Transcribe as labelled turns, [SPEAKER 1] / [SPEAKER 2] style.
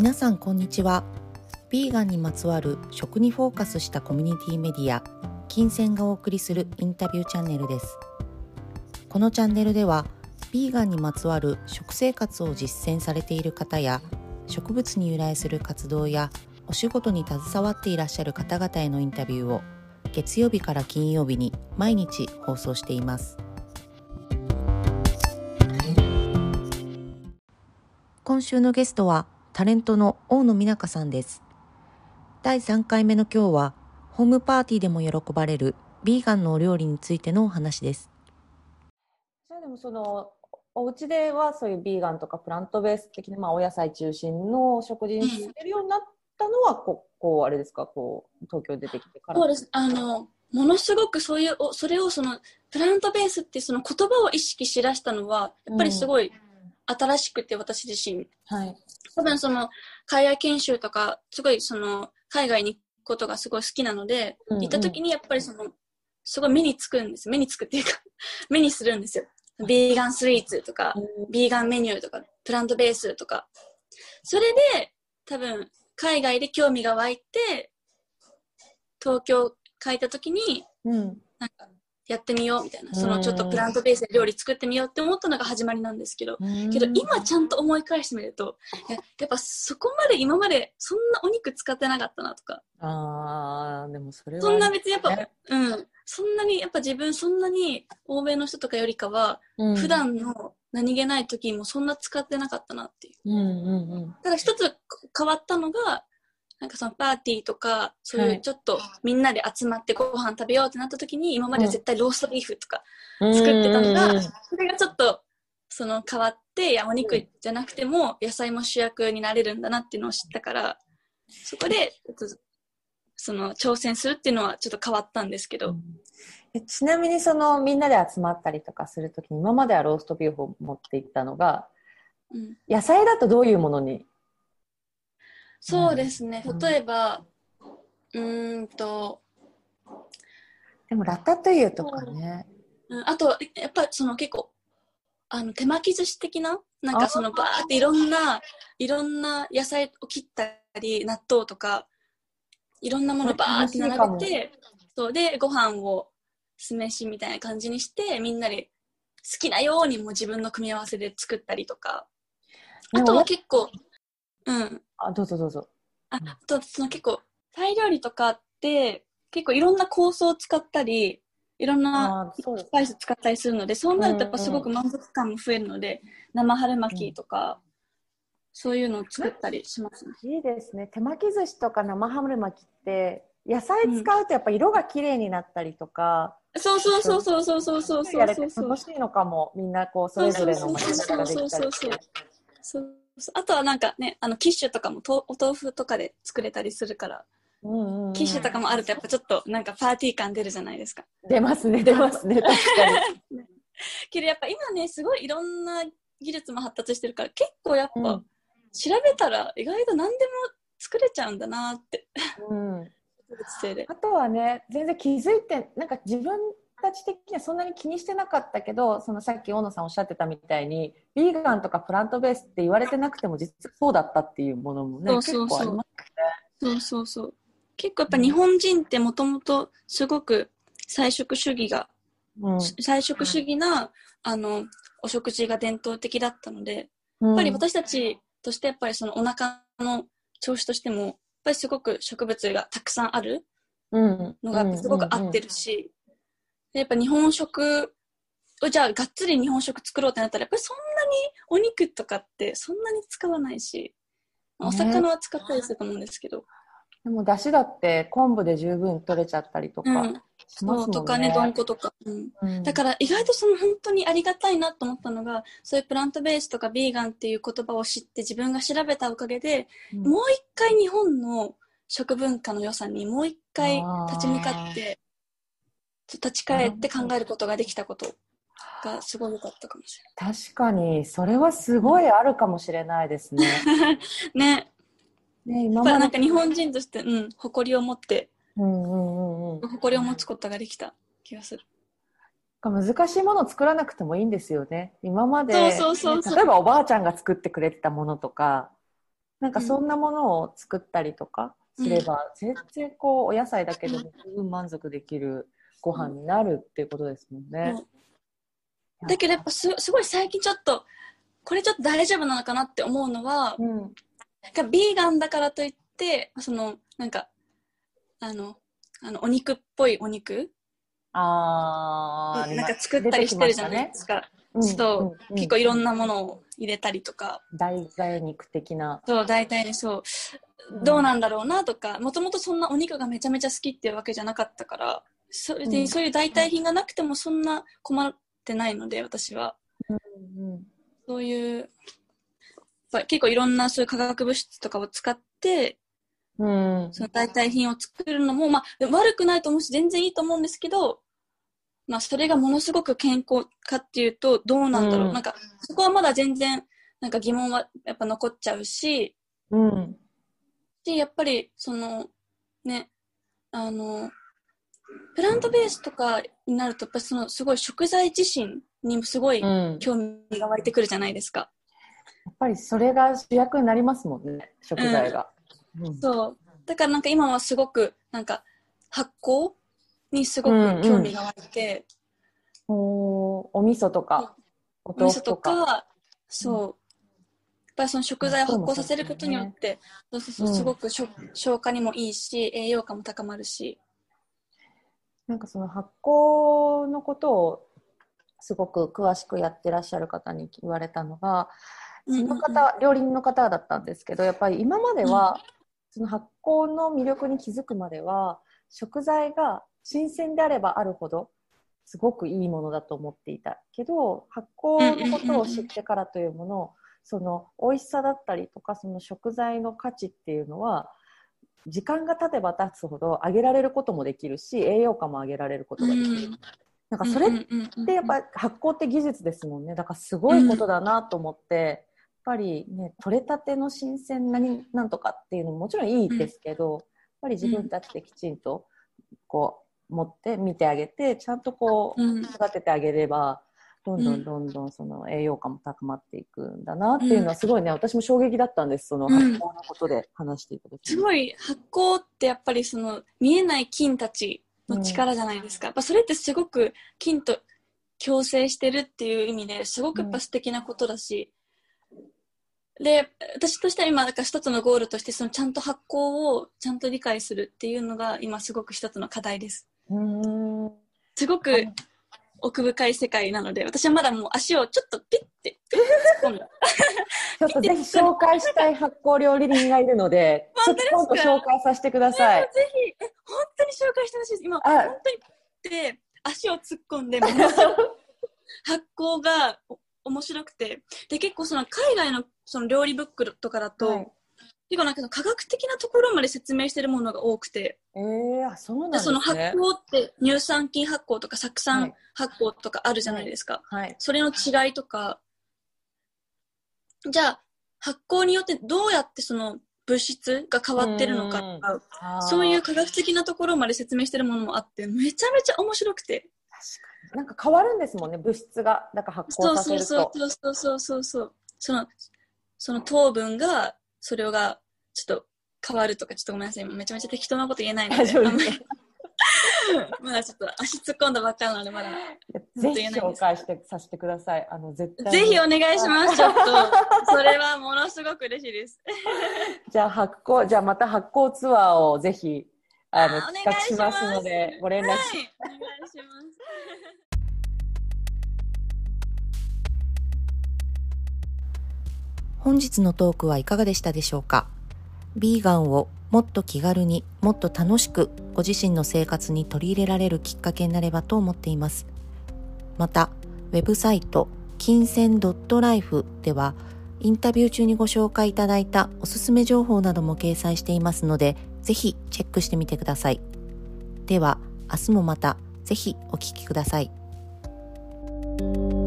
[SPEAKER 1] 皆さんこんにちは。ビーガンにまつわる食にフォーカスしたコミュニティメディア金銭がお送りするインタビューチャンネルです。このチャンネルではビーガンにまつわる食生活を実践されている方や植物に由来する活動やお仕事に携わっていらっしゃる方々へのインタビューを月曜日から金曜日に毎日放送しています。今週のゲストはタレントの大野美奈香さんです。第3回目の今日はホームパーティーでも喜ばれるビーガンのお料理についてのお話です。
[SPEAKER 2] じゃあでもお家ではそういうビーガンとかプラントベース的な、お野菜中心の食事にされるようになったのは、あれですか、東京出てきてから。
[SPEAKER 3] そうです。ものすごくそれをプラントベースってその言葉を意識しだしたのはやっぱりすごい新しくて、私自身、
[SPEAKER 2] はい、
[SPEAKER 3] 多分海外研修とかすごい海外に行くことがすごい好きなので、行った時にやっぱりすごい目につくんです。目につくっていうか目にするんですよ。ビーガンスイーツとか、ビーガンメニューとか、プラントベースとか。それで多分海外で興味が湧いて東京帰った時に、なんかやってみようみたいな、ちょっとプラントベースで料理作ってみようって思ったのが始まりなんですけど、今ちゃんと思い返してみると、やっぱそこまで今までそんなお肉使ってなかったなとか。
[SPEAKER 2] でもそれは
[SPEAKER 3] そんな別にやっぱ、そんなにやっぱ自分そんなに欧米の人とかよりかは、普段の何気ない時もそんな使ってなかったなっていう。ただ一つ変わったのが、なんかパーティーとかそういうちょっとみんなで集まってご飯食べようってなった時に、今まで絶対ローストビーフとか作ってたのが、それがちょっと変わって、いやお肉じゃなくても野菜も主役になれるんだなっていうのを知ったから、そこで挑戦するっていうのはちょっと変わったんですけど、
[SPEAKER 2] ちなみにみんなで集まったりとかするときに、今まではローストビーフを持っていったのが、野菜だとどういうものに？
[SPEAKER 3] そうですね、例えばで
[SPEAKER 2] もラタトゥイユとかね、
[SPEAKER 3] あとやっぱ結構手巻き寿司的な、なんかバーっていろんな野菜を切ったり、納豆とかいろんなものバーって並べて、でご飯を酢飯みたいな感じにして、みんなで好きなようにも自分の組み合わせで作ったりとか、あとは結構
[SPEAKER 2] どうぞ。
[SPEAKER 3] あと結構タイ料理とかって結構いろんな香草を使ったり、いろんなスパイス使ったりするので、そうなるとやっぱすごく満足感も増えるので、生春巻きとか、そういうのを作ったりしますね。
[SPEAKER 2] いいですね。手巻き寿司とか生春巻きって野菜使うとやっぱ色が綺麗になったりとか、
[SPEAKER 3] そう
[SPEAKER 2] やれて楽しいのかも。みんなそれぞれの巻き方ができたり。
[SPEAKER 3] あとはなんかね、キッシュとかもお豆腐とかで作れたりするから、キッシュとかもあるとやっぱちょっとなんかパーティー感出るじゃないですか。
[SPEAKER 2] 出ますね、確かに。
[SPEAKER 3] けどやっぱ今ね、すごいいろんな技術も発達してるから、結構やっぱ、調べたら意外と何でも作れちゃうんだなって。
[SPEAKER 2] あとはね、全然気づいて、なんか自分たち的にはそんなに気にしてなかったけど、さっき大野さんおっしゃってたみたいに、ビーガンとかプラントベースって言われてなくても実はそうだったっていうものもね、結構ありますね。
[SPEAKER 3] そう。結構やっぱ日本人ってもともとすごく菜食主義なお食事が伝統的だったので、やっぱり私たちとしてやっぱりお腹の調子としてもやっぱりすごく植物がたくさんあるのがすごく合ってるし、やっぱ日本食をじゃあがっつり日本食作ろうってなったらやっぱりそんなにお肉とかってそんなに使わないし、お魚は使ったりすると思うんですけど、
[SPEAKER 2] でも出汁だって昆布で十分取れちゃったりとかしますもんね。
[SPEAKER 3] とかね、どんことか、だから意外と本当にありがたいなと思ったのが、そういうプラントベースとかビーガンっていう言葉を知って自分が調べたおかげで、もう一回日本の食文化の良さにもう一回立ち向かって立ち返って考えることができたことがすごい良かったかもしれない。
[SPEAKER 2] 確かにそれはすごいあるかもしれないですね。
[SPEAKER 3] ね、
[SPEAKER 2] 今
[SPEAKER 3] までなんか日本人として、誇りを持って、誇りを持つことができた気がする。
[SPEAKER 2] 難しいものを作らなくてもいいんですよね。今まで、
[SPEAKER 3] そう
[SPEAKER 2] 例えばおばあちゃんが作ってくれてたものとか、 なんかそんなものを作ったりとかすれば、全然こうお野菜だけでも十分満足できるご飯になるっていうことですもんね。
[SPEAKER 3] だけどやっぱすごい最近ちょっとこれちょっと大丈夫なのかなって思うのは、なんかビーガンだからといってなんかお肉っぽいお肉なんか作ったりしてるじゃないですか。結構いろんなものを入れたりとか。
[SPEAKER 2] 代替肉的な。
[SPEAKER 3] そう、代替にそう。どうなんだろうなとか、もともとそんなお肉がめちゃめちゃ好きっていうわけじゃなかったから、そういう代替品がなくてもそんな困ってないので、私は。そういう、結構いろんなそういう化学物質とかを使って、その代替品を作るのも、悪くないと思うし、全然いいと思うんですけど、それがものすごく健康かっていうと、どうなんだろう。なんか、そこはまだ全然、なんか疑問はやっぱ残っちゃうし、で、やっぱり、ね、プラントベースとかになると、やっぱすごい食材自身にもすごい興味が湧いてくるじゃないですか。
[SPEAKER 2] やっぱりそれが主役になりますもんね、食材が。
[SPEAKER 3] そう。だからなんか今はすごく、なんか発酵にすごく興味が湧いて。
[SPEAKER 2] お味噌とか、
[SPEAKER 3] お味噌とか、そう。やっぱりその食材を発酵させることによって、すごく消化にもいいし、栄養価も高まるし。
[SPEAKER 2] なんかその発酵のことをすごく詳しくやってらっしゃる方に言われたのが、その方、料理人の方だったんですけど、やっぱり今までは、その発酵の魅力に気づくまでは、食材が新鮮であればあるほどすごくいいものだと思っていたけど、発酵のことを知ってからというもの、その美味しさだったりとか、その食材の価値っていうのは時間が経てば経つほど上げられることもできるし、栄養価も上げられることができる。なんかそれってやっぱ発酵って技術ですもんね。だからすごいことだなと思って、やっぱりね、取れたての新鮮ななんとかっていうのももちろんいいですけど、やっぱり自分たちできちんとこう持って見てあげて、ちゃんとこう育ててあげれば、どんどんその栄養価も高まっていくんだなっていうのはすごいね、私も衝撃だったんです。その発酵のことで話していただき、
[SPEAKER 3] すごい発酵ってやっぱりその見えない菌たちの力じゃないですか。やっぱそれってすごく菌と共生してるっていう意味ですごくやっぱ素敵なことだし、で、私としては今、一つのゴールとして、ちゃんと発酵をちゃんと理解するっていうのが、今すごく一つの課題です。すごく奥深い世界なので、私はまだもう足をちょっとピッて突っ込んだ。
[SPEAKER 2] ちょっとぜひ紹介したい発酵料理人がいるので、ちょっと今度紹介させてください。
[SPEAKER 3] ぜひ、本当に紹介してほしいです。今、本当にで足を突っ込んで、発酵が面白くて、で結構海外の料理ブックとかだと、結構なんか科学的なところまで説明してるものが多くて、
[SPEAKER 2] そうなんですね。
[SPEAKER 3] 発酵って乳酸菌発酵とか酢酸発酵とかあるじゃないですか。それの違いとか、じゃあ発酵によってどうやってその物質が変わってるのかとか、そういう科学的なところまで説明してるものもあって、めちゃめちゃ面白くて。
[SPEAKER 2] 確かに。なんか変わるんですもんね、物質が。だから発酵させると。
[SPEAKER 3] そう。その糖分が、それがちょっと変わるとか、ちょっとごめんなさい。今めちゃめちゃ適当なこと言えないので。まだちょっと足突っ込んだばっかなので、まだ。
[SPEAKER 2] ぜひ紹介させてください。絶対
[SPEAKER 3] ぜひお願いします。ちょっと。それはものすごく嬉しいです。
[SPEAKER 2] じゃあまた発酵ツアーをぜひ、企画しますので、ご連絡します。
[SPEAKER 3] お願いします。
[SPEAKER 1] 本日のトークはいかがでしたでしょうか。ビーガンをもっと気軽にもっと楽しくご自身の生活に取り入れられるきっかけになればと思っています。またウェブサイト金銭.lifeではインタビュー中にご紹介いただいたおすすめ情報なども掲載していますので、ぜひチェックしてみてください。では明日もまたぜひお聞きください。